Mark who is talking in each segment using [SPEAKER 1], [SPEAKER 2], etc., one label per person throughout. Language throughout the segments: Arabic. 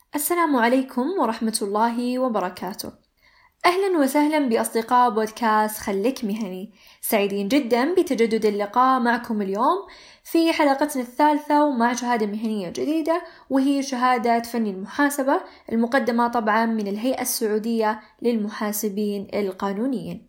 [SPEAKER 1] السلام عليكم ورحمة الله وبركاته. أهلا وسهلا بأصدقاء بودكاست خليك مهني، سعيدين جدا بتجدد اللقاء معكم اليوم في حلقتنا الثالثة ومع شهادة مهنية جديدة، وهي شهادة فني المحاسبة المقدمة طبعا من الهيئة السعودية للمحاسبين القانونيين.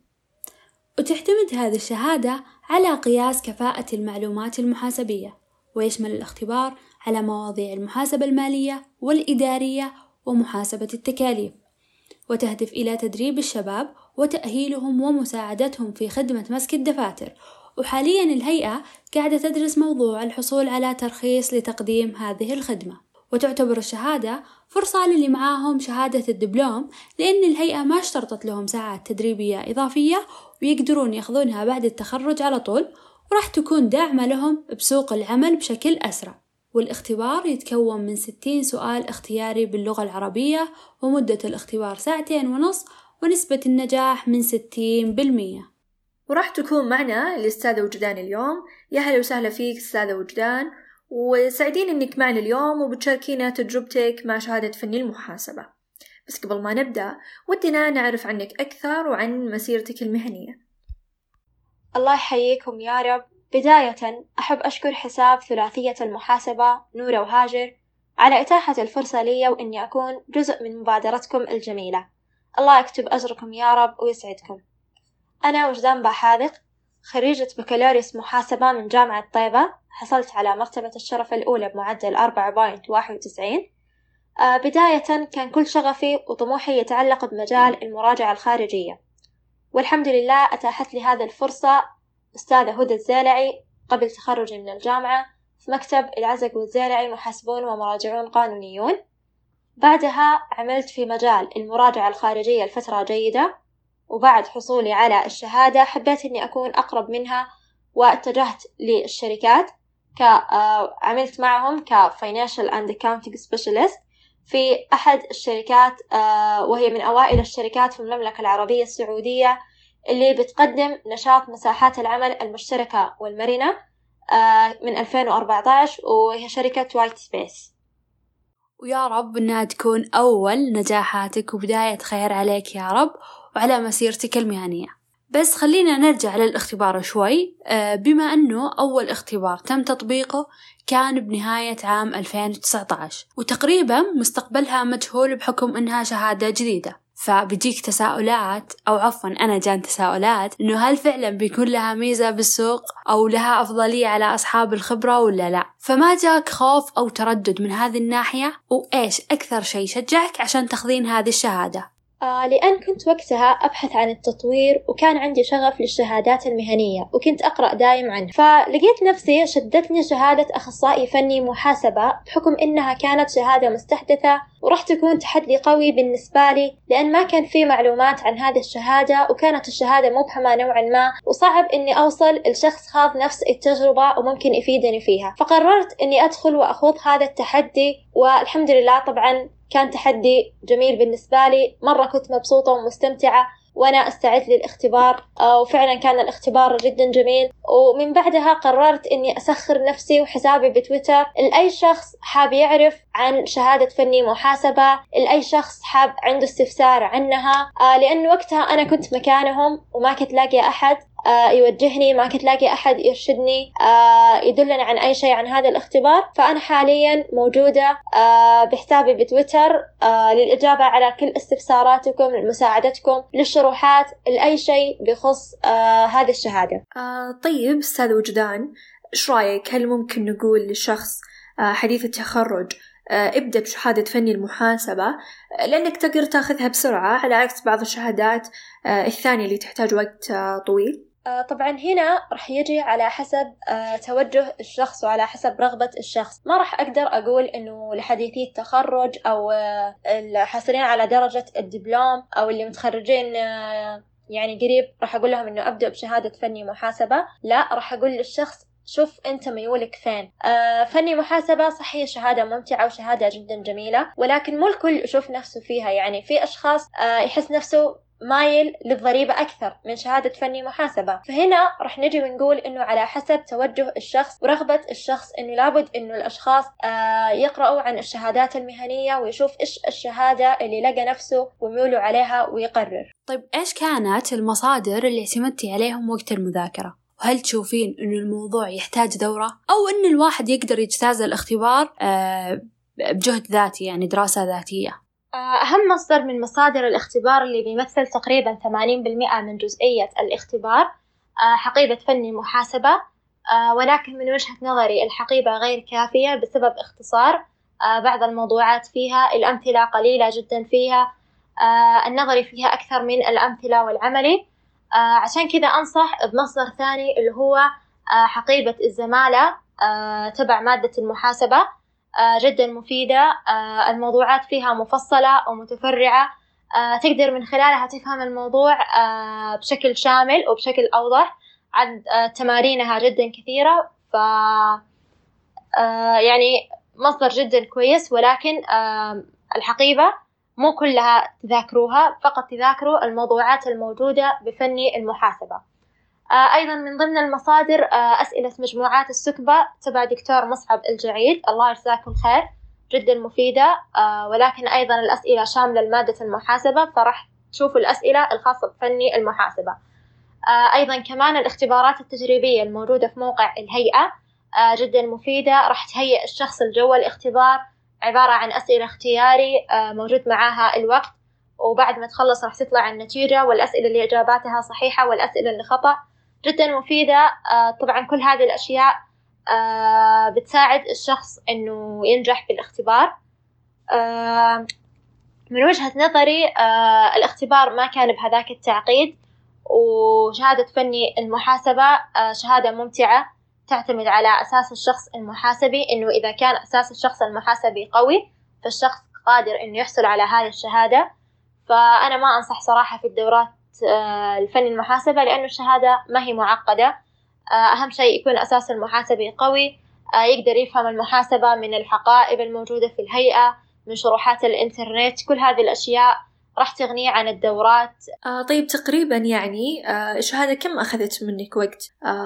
[SPEAKER 2] وتعتمد هذه الشهادة على قياس كفاءة المعلومات المحاسبية، ويشمل الاختبار على مواضيع المحاسبة المالية والإدارية ومحاسبة التكاليف، وتهدف إلى تدريب الشباب وتأهيلهم ومساعدتهم في خدمة مسك الدفاتر. وحاليا الهيئة قاعدة تدرس موضوع الحصول على ترخيص لتقديم هذه الخدمة، وتعتبر الشهادة فرصة للي معاهم شهادة الدبلوم، لأن الهيئة ما اشترطت لهم ساعات تدريبية إضافية ويقدرون ياخذونها بعد التخرج على طول، وراح تكون داعمة لهم بسوق العمل بشكل أسرع. والاختبار يتكون من 60 سؤال اختياري باللغة العربية، ومدة الاختبار 2.5 ساعات، ونسبة النجاح من 60%.
[SPEAKER 1] وراح تكون معنا الأستاذة وجدان اليوم. يا هلا وسهلا فيك أستاذة وجدان، وسعيدين إنك معنا اليوم وبتشاركينا تجربتك مع شهادة فني المحاسبة. بس قبل ما نبدأ ودنا نعرف عنك أكثر وعن مسيرتك المهنية.
[SPEAKER 3] الله يحييكم يا رب. بداية أحب أشكر حساب ثلاثية المحاسبة نورة وهاجر على إتاحة الفرصة لي وإني أكون جزء من مبادرتكم الجميلة. الله يكتب أجركم يا رب ويسعدكم. أنا وجدان باحاذق، خريجة بكالوريوس محاسبة من جامعة طيبة، حصلت على مرتبة الشرف الأولى بمعدل 4.91. بداية كان كل شغفي وطموحي يتعلق بمجال المراجعة الخارجية، والحمد لله أتاحت لي هذه الفرصة أستاذة هدى الزالعي قبل تخرجي من الجامعة في مكتب العزق والزالعي محاسبون ومراجعون قانونيون. بعدها عملت في مجال المراجعة الخارجية لفترة جيدة، وبعد حصولي على الشهادة حبيت أني أكون أقرب منها واتجهت للشركات. عملت معهم كفاينانشال أند أكاونتنج سبيشاليست في أحد الشركات، وهي من أوائل الشركات في المملكة العربية السعودية اللي بتقدم نشاط مساحات العمل المشتركة والمرنة من 2014، وهي شركة وايت سبيس.
[SPEAKER 2] ويا رب أنها تكون أول نجاحاتك وبداية خير عليك يا رب وعلى مسيرتك المهنية. بس خلينا نرجع للاختبار شوي. بما أنه أول اختبار تم تطبيقه كان بنهاية عام 2019، وتقريبا مستقبلها مجهول بحكم أنها شهادة جديدة، فبيجيك تساؤلات، أو عفوا أنا جان تساؤلات، إنه هل فعلا بيكون لها ميزة بالسوق أو لها أفضلية على أصحاب الخبرة ولا لا؟ فما جاك خوف أو تردد من هذه الناحية؟ وإيش أكثر شيء شجعك عشان تاخذين هذه الشهادة؟
[SPEAKER 3] لأن كنت وقتها أبحث عن التطوير، وكان عندي شغف للشهادات المهنية، وكنت أقرأ دايم عنها، فلقيت نفسي شدتني شهادة أخصائي فني محاسبة بحكم إنها كانت شهادة مستحدثة، وراح تكون تحدي قوي بالنسبة لي لأن ما كان في معلومات عن هذه الشهادة، وكانت الشهادة مبهمة نوعا ما، وصعب إني أوصل لشخص خاض نفس التجربة وممكن يفيدني فيها. فقررت إني أدخل وأخوض هذا التحدي، والحمد لله طبعا كان تحدي جميل بالنسبة لي. مرة كنت مبسوطة ومستمتعة وأنا أستعد للاختبار، وفعلا كان الاختبار جدا جميل. ومن بعدها قررت إني أسخر نفسي وحسابي بتويتر لأي شخص حاب يعرف عن شهادة فني محاسبة، لأي شخص حاب عنده استفسار عنها، لأن وقتها أنا كنت مكانهم وما كنت لاقي أحد يوجهني، ما كنت لاقي أحد يرشدني يدلني عن أي شيء عن هذا الاختبار. فأنا حاليا موجودة بحسابي بتويتر للإجابة على كل استفساراتكم، لمساعدتكم، للشروحات، لأي شيء بخص هذه الشهادة.
[SPEAKER 1] طيب أستاذ وجدان، إيش رأيك؟ هل ممكن نقول للشخص حديث التخرج ابدأ بشهادة فني المحاسبة لأنك تقدر تاخذها بسرعة على عكس بعض الشهادات الثانية اللي تحتاج وقت طويل؟
[SPEAKER 3] طبعا هنا رح يجي على حسب توجه الشخص وعلى حسب رغبة الشخص. ما رح أقدر أقول إنه لحديثي التخرج أو الحاصلين على درجة الدبلوم أو اللي متخرجين يعني قريب رح أقول لهم إنه أبدأ بشهادة فني محاسبة. لا، رح أقول للشخص شوف أنت ميولك فين. فني محاسبة صح هي شهادة ممتعة وشهادة جدا جميلة، ولكن مو الكل يشوف نفسه فيها. يعني في أشخاص يحس نفسه مايل للضريبة أكثر من شهادة فني محاسبة. فهنا رح نجي ونقول إنه على حسب توجه الشخص ورغبة الشخص، إنه لابد إنه الأشخاص يقرأوا عن الشهادات المهنية ويشوف إيش الشهادة اللي لقى نفسه ويميلوا عليها ويقرر.
[SPEAKER 2] طيب إيش كانت المصادر اللي اعتمدتي عليهم وقت المذاكرة؟ وهل تشوفين إنه الموضوع يحتاج دورة أو إن الواحد يقدر يجتاز الاختبار بجهد ذاتي، يعني دراسة ذاتية؟
[SPEAKER 3] أهم مصدر من مصادر الاختبار اللي بيمثل تقريباً 80% من جزئية الاختبار حقيبة فني محاسبة، ولكن من وجهة نظري الحقيبة غير كافية بسبب اختصار بعض الموضوعات فيها، الأمثلة قليلة جداً فيها، النظري فيها أكثر من الأمثلة والعملي. عشان كذا أنصح بمصدر ثاني اللي هو حقيبة الزمالة تبع مادة المحاسبة، جدا مفيدة، الموضوعات فيها مفصلة ومتفرعة، تقدر من خلالها تفهم الموضوع بشكل شامل وبشكل أوضح، عن تمارينها جدا كثيرة. يعني مصدر جدا كويس، ولكن الحقيبة مو كلها تذاكروها، فقط تذاكروا الموضوعات الموجودة بفني المحاسبة. أيضاً من ضمن المصادر أسئلة مجموعات السكبة تبع دكتور مصعب الجعيد، الله يجزاكم خير، جداً مفيدة، ولكن أيضاً الأسئلة شاملة لمادة المحاسبة، فرح تشوفوا الأسئلة الخاصة بفني المحاسبة. أيضاً كمان الاختبارات التجريبية الموجودة في موقع الهيئة جداً مفيدة، راح تهيئ الشخص الجو الاختبار، عبارة عن أسئلة اختياري موجود معاها الوقت، وبعد ما تخلص راح تطلع النتيجة والأسئلة اللي إجاباتها صحيحة والأسئلة اللي خطأ، جدا مفيدة. طبعا كل هذه الأشياء بتساعد الشخص إنه ينجح في الاختبار. من وجهة نظري الاختبار ما كان بهذاك التعقيد، وشهادة فني المحاسبة شهادة ممتعة تعتمد على أساس الشخص المحاسبي، إنه إذا كان أساس الشخص المحاسبي قوي فالشخص قادر إنه يحصل على هذه الشهادة. فأنا ما أنصح صراحة في الدورات الفني المحاسبة، لأنه الشهادة ما هي معقدة، أهم شيء يكون أساس المحاسبي قوي، يقدر يفهم المحاسبة من الحقائب الموجودة في الهيئة، من شروحات الإنترنت، كل هذه الأشياء راح تغنيه عن الدورات.
[SPEAKER 1] طيب تقريبا يعني الشهادة كم أخذت منك وقت،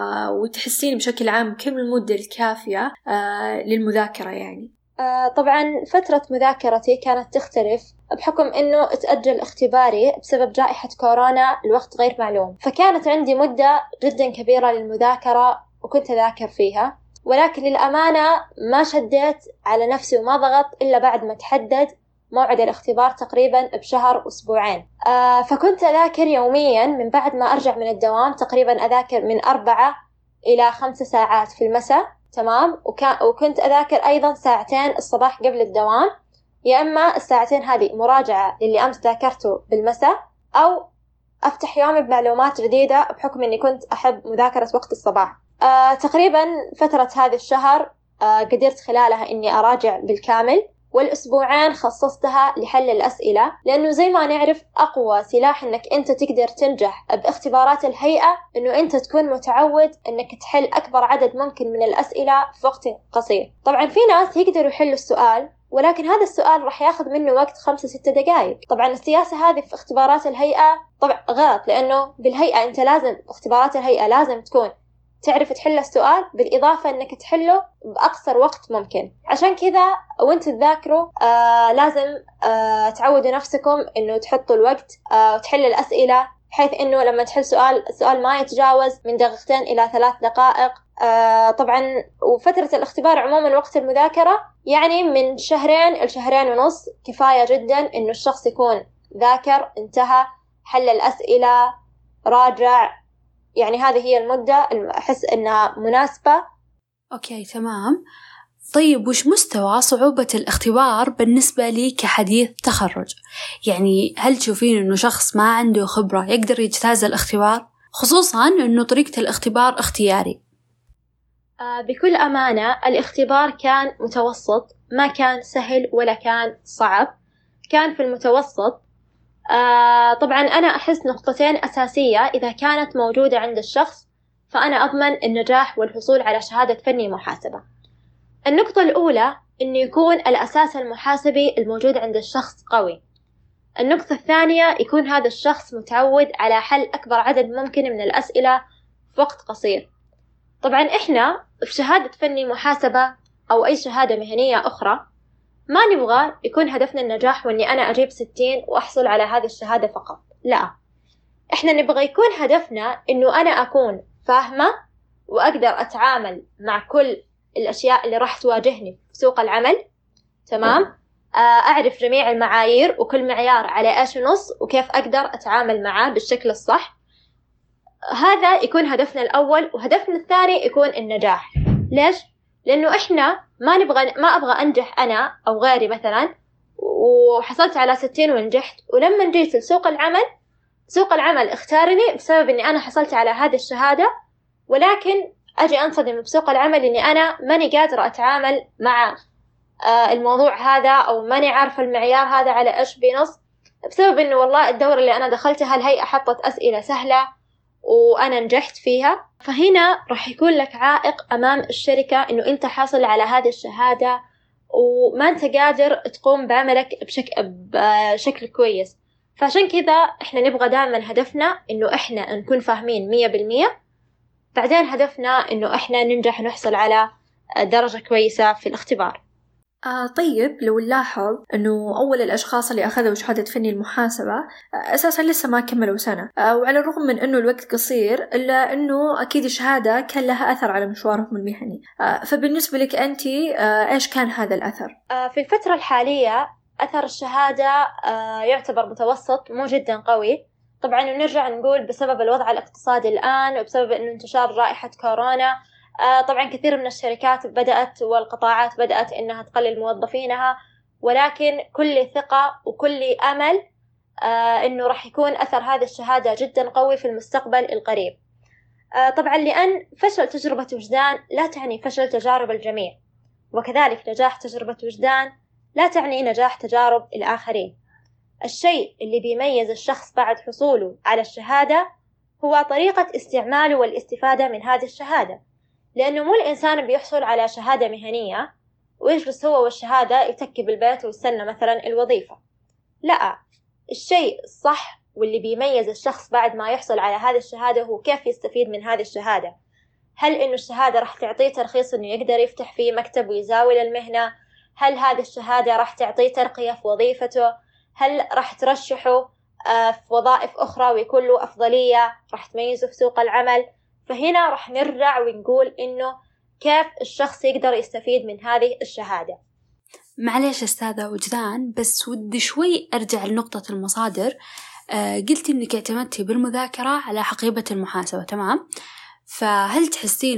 [SPEAKER 1] وتحسين بشكل عام كم المدة الكافية للمذاكرة يعني؟
[SPEAKER 3] طبعا فترة مذاكرتي كانت تختلف بحكم إنه تأجل اختباري بسبب جائحة كورونا لوقت غير معلوم، فكانت عندي مدة جدا كبيرة للمذاكرة وكنت أذاكر فيها، ولكن للأمانة ما شديت على نفسي وما ضغط إلا بعد ما تحدد موعد الاختبار تقريبا بشهر وأسبوعين. فكنت أذاكر يوميا من بعد ما أرجع من الدوام، تقريبا أذاكر من 4 إلى 5 ساعات في المساء، تمام، وكنت أذاكر أيضا 2 ساعات الصباح قبل الدوام، يا إما 2 ساعات هذه مراجعة للي أمس ذاكرته بالمساء، أو أفتح يومي بمعلومات جديدة بحكم أني كنت أحب مذاكرة وقت الصباح. تقريبا فترة هذا الشهر قدرت خلالها أني أراجع بالكامل، والأسبوعين خصصتها لحل الأسئلة، لأنه زي ما نعرف أقوى سلاح أنك أنت تقدر تنجح باختبارات الهيئة أنه أنت تكون متعود أنك تحل أكبر عدد ممكن من الأسئلة في وقت قصير. طبعا في ناس يقدروا يحلوا السؤال، ولكن هذا السؤال راح ياخذ منه وقت 5-6 دقائق. طبعا السياسة هذه في اختبارات الهيئة طبعا غلط، لأنه بالهيئة أنت لازم، اختبارات الهيئة لازم تكون تعرف تحل السؤال، بالإضافة أنك تحله بأقصر وقت ممكن. عشان كذا وانت تذاكروا لازم تعودوا نفسكم أنه تحطوا الوقت وتحل الأسئلة، بحيث أنه لما تحل السؤال ما يتجاوز من 2 إلى 3 دقائق. طبعا وفترة الاختبار عموما وقت المذاكرة يعني من 2 إلى 2.5 كفاية جدا أنه الشخص يكون ذاكر، انتهى، حل الأسئلة، راجع، يعني هذه هي المدة أحس إنها مناسبة.
[SPEAKER 2] أوكي تمام. طيب وش مستوى صعوبة الاختبار بالنسبة لي كحديث تخرج؟ يعني هل تشوفين إنه شخص ما عنده خبرة يقدر يجتاز الاختبار، خصوصاً إنه طريقة الاختبار اختياري؟
[SPEAKER 3] بكل أمانة الاختبار كان متوسط، ما كان سهل ولا كان صعب، كان في المتوسط. طبعا أنا أحس نقطتين أساسية إذا كانت موجودة عند الشخص فأنا أضمن النجاح والحصول على شهادة فني محاسبة. النقطة الأولى إنه يكون الأساس المحاسبي الموجود عند الشخص قوي. النقطة الثانية، يكون هذا الشخص متعود على حل أكبر عدد ممكن من الأسئلة في وقت قصير. طبعا إحنا في شهادة فني محاسبة أو أي شهادة مهنية أخرى ما نبغى يكون هدفنا النجاح وإني أنا أجيب 60 وأحصل على هذه الشهادة فقط، لا، إحنا نبغى يكون هدفنا إنه أنا أكون فاهمة وأقدر أتعامل مع كل الأشياء اللي راح تواجهني في سوق العمل، تمام؟ أعرف جميع المعايير وكل معيار على إيش نص وكيف أقدر أتعامل معاه بالشكل الصح. هذا يكون هدفنا الأول، وهدفنا الثاني يكون النجاح. ليش؟ لأنه إحنا ما أبغى أنجح أنا أو غيري مثلا وحصلت على 60 ونجحت، ولما جيت لسوق العمل سوق العمل اختارني بسبب إني أنا حصلت على هذه الشهادة، ولكن أجي أنصدم بسوق العمل إني أنا ماني قادرة أتعامل مع الموضوع هذا، أو ماني عارفة المعيار هذا على إيش بينص، بسبب إنه والله الدورة اللي أنا دخلتها الهيئة حطت أسئلة سهلة وأنا نجحت فيها. فهنا راح يكون لك عائق أمام الشركة إنه أنت حاصل على هذه الشهادة وما أنت قادر تقوم بعملك بشكل كويس. فعشان كذا إحنا نبغى دائما هدفنا إنه إحنا نكون فاهمين 100%، بعدين هدفنا إنه إحنا ننجح ونحصل على درجة كويسة في الاختبار.
[SPEAKER 1] طيب لو نلاحظ أنه أول الأشخاص اللي أخذوا شهادة فني المحاسبة أساساً لسه ما كملوا سنة، وعلى الرغم من أنه الوقت قصير إلا أنه أكيد الشهادة كان لها أثر على مشوارهم المهني. فبالنسبة لك أنت إيش كان هذا الأثر؟
[SPEAKER 3] في الفترة الحالية أثر الشهادة يعتبر متوسط، مو جدا قوي. طبعاً نرجع نقول بسبب الوضع الاقتصادي الآن وبسبب أنه انتشار جائحة كورونا، طبعاً كثير من الشركات بدأت والقطاعات بدأت إنها تقلل موظفينها، ولكن كل ثقة وكل أمل إنه راح يكون أثر هذه الشهادة جداً قوي في المستقبل القريب. طبعاً لأن فشل تجربة وجدان لا تعني فشل تجارب الجميع، وكذلك نجاح تجربة وجدان لا تعني نجاح تجارب الآخرين. الشيء اللي بيميز الشخص بعد حصوله على الشهادة هو طريقة استعماله والاستفادة من هذه الشهادة، لأنه مو الإنسان بيحصل على شهادة مهنية ويجلس هو والشهادة يتكي بالبيت ويستنى مثلا الوظيفة. لا، الشيء الصح واللي بيميز الشخص بعد ما يحصل على هذه الشهادة هو كيف يستفيد من هذه الشهادة. هل إنه الشهادة راح تعطيه ترخيص إنه يقدر يفتح فيه مكتب ويزاول المهنة؟ هل هذه الشهادة راح تعطيه ترقية في وظيفته؟ هل راح ترشحه في وظائف أخرى ويكون له أفضلية راح تميزه في سوق العمل؟ فهنا راح نرجع ونقول إنه كيف الشخص يقدر يستفيد من هذه الشهادة.
[SPEAKER 2] معليش أستاذة وجدان، بس ودي شوي أرجع لنقطة المصادر. قلت إنك اعتمدتي بالمذاكرة على حقيبة المحاسبة، تمام؟ فهل تحسين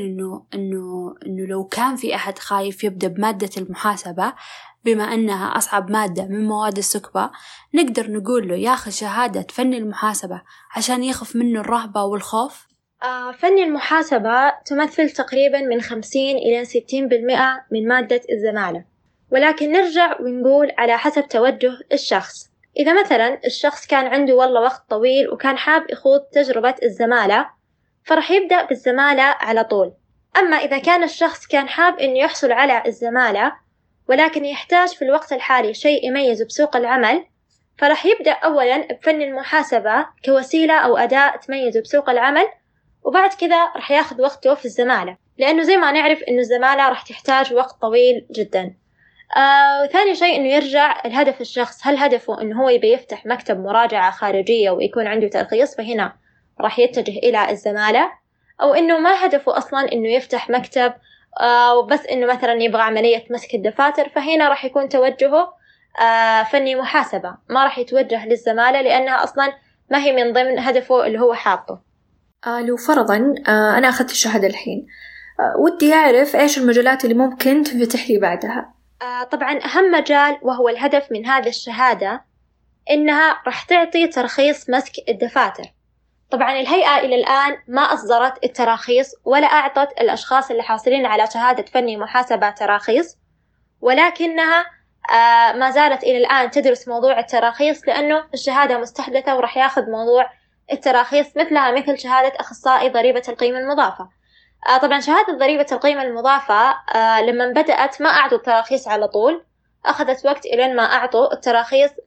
[SPEAKER 2] إنه لو كان في أحد خايف يبدأ بمادة المحاسبة بما أنها أصعب مادة من مواد السكبة، نقدر نقول له ياخذ شهادة فني المحاسبة عشان يخف منه الرهبة والخوف؟
[SPEAKER 3] فني المحاسبة تمثل تقريبا من 50 إلى 60% من مادة الزمالة، ولكن نرجع ونقول على حسب توجه الشخص. إذا مثلا الشخص كان عنده والله وقت طويل وكان حاب يخوض تجربة الزمالة فرح يبدأ بالزمالة على طول. أما إذا كان الشخص كان حاب إنه يحصل على الزمالة ولكن يحتاج في الوقت الحالي شيء يميزه بسوق العمل، فرح يبدأ أولا بفن المحاسبة كوسيلة أو أداة تميزه بسوق العمل، وبعد كذا رح ياخذ وقته في الزمالة، لأنه زي ما نعرف إنه الزمالة رح تحتاج وقت طويل جدا. وثاني شيء إنه يرجع الهدف الشخص، هل هدفه إنه هو يبي يفتح مكتب مراجعة خارجية ويكون عنده ترخيص فهنا رح يتجه إلى الزمالة، أو إنه ما هدفه أصلا إنه يفتح مكتب وبس إنه مثلا يبغى عملية مسك الدفاتر فهنا رح يكون توجهه فني محاسبة، ما رح يتوجه للزمالة لأنها أصلا ما هي من ضمن هدفه اللي هو حاطه.
[SPEAKER 1] لو فرضاً أنا أخذت الشهادة الحين، ودي أعرف إيش المجالات اللي ممكن تنفتح لي بعدها.
[SPEAKER 3] طبعاً أهم مجال وهو الهدف من هذه الشهادة إنها راح تعطي ترخيص مسك الدفاتر. طبعاً الهيئة إلى الآن ما أصدرت التراخيص ولا أعطت الأشخاص اللي حاصلين على شهادة فني محاسبة تراخيص، ولكنها ما زالت إلى الآن تدرس موضوع التراخيص لأنه الشهادة مستحدثة وراح ياخذ موضوع التراخيص مثلها مثل شهادة أخصائي ضريبة القيمة المضافة. طبعا شهادة ضريبة القيمة المضافة لما بدأت ما أعطوا التراخيص على طول، أخذت وقت إلين ما أعطوا التراخيص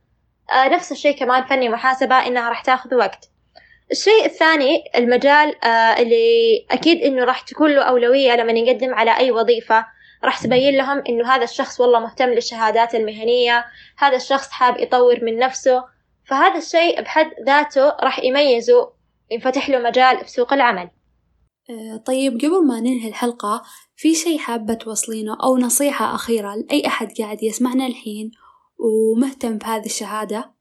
[SPEAKER 3] نفس الشيء كمان فني محاسبة إنها راح تاخذ وقت. الشيء الثاني المجال اللي أكيد إنه راح تكون له أولوية لما نقدم على أي وظيفة، راح تبين لهم إنه هذا الشخص والله مهتم للشهادات المهنية، هذا الشخص حاب يطور من نفسه، فهذا الشيء بحد ذاته راح يميزه، ينفتح له مجال في سوق العمل.
[SPEAKER 2] طيب قبل ما ننهي الحلقة، في شيء حابة توصلينه أو نصيحة أخيرة لأي أحد قاعد يسمعنا الحين ومهتم في هذه الشهادة؟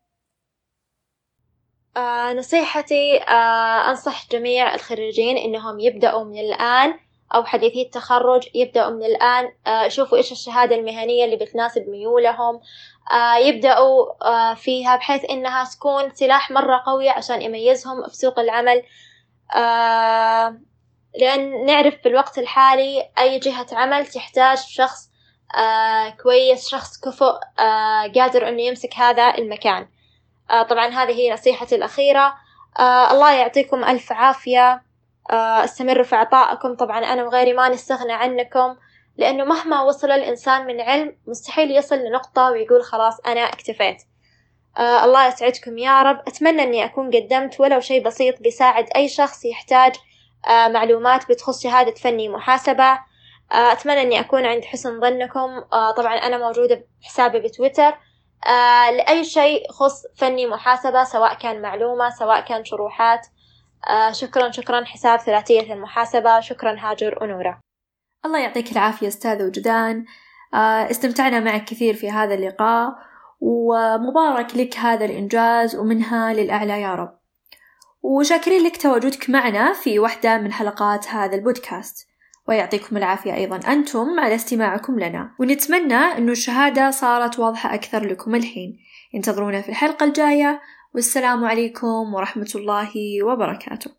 [SPEAKER 3] نصيحتي أنصح جميع الخريجين إنهم يبدأوا من الآن، أو حديثي التخرج يبدأوا من الآن، يشوفوا إيش الشهادة المهنية اللي بتناسب ميولهم، يبدأوا فيها بحيث إنها تكون سلاح مرة قوي عشان يميزهم في سوق العمل. لأن نعرف في الوقت الحالي أي جهة عمل تحتاج شخص كويس، شخص كفؤ قادر إنه يمسك هذا المكان. طبعا هذه هي نصيحتي الأخيرة. الله يعطيكم ألف عافية. استمروا في عطائكم، طبعا أنا وغيري ما نستغنى عنكم، لأنه مهما وصل الإنسان من علم مستحيل يصل لنقطة ويقول خلاص أنا اكتفيت. الله يسعدكم يا رب. أتمنى أني أكون قدمت ولو شيء بسيط بيساعد أي شخص يحتاج معلومات بتخص شهادة فني محاسبة. أتمنى أني أكون عند حسن ظنكم. طبعا أنا موجودة بحسابي بتويتر لأي شيء خص فني محاسبة، سواء كان معلومة سواء كان شروحات. شكرا حساب ثلاثية المحاسبة. شكرا هاجر ونورة.
[SPEAKER 1] الله يعطيك العافية أستاذ وجدان. استمتعنا معك كثير في هذا اللقاء، ومبارك لك هذا الإنجاز ومنها للأعلى يا رب. وشاكرين لك تواجدك معنا في واحدة من حلقات هذا البودكاست، ويعطيكم العافية أيضا أنتم على استماعكم لنا، ونتمنى أنه الشهادة صارت واضحة أكثر لكم الحين. انتظرونا في الحلقة الجاية، والسلام عليكم ورحمة الله وبركاته.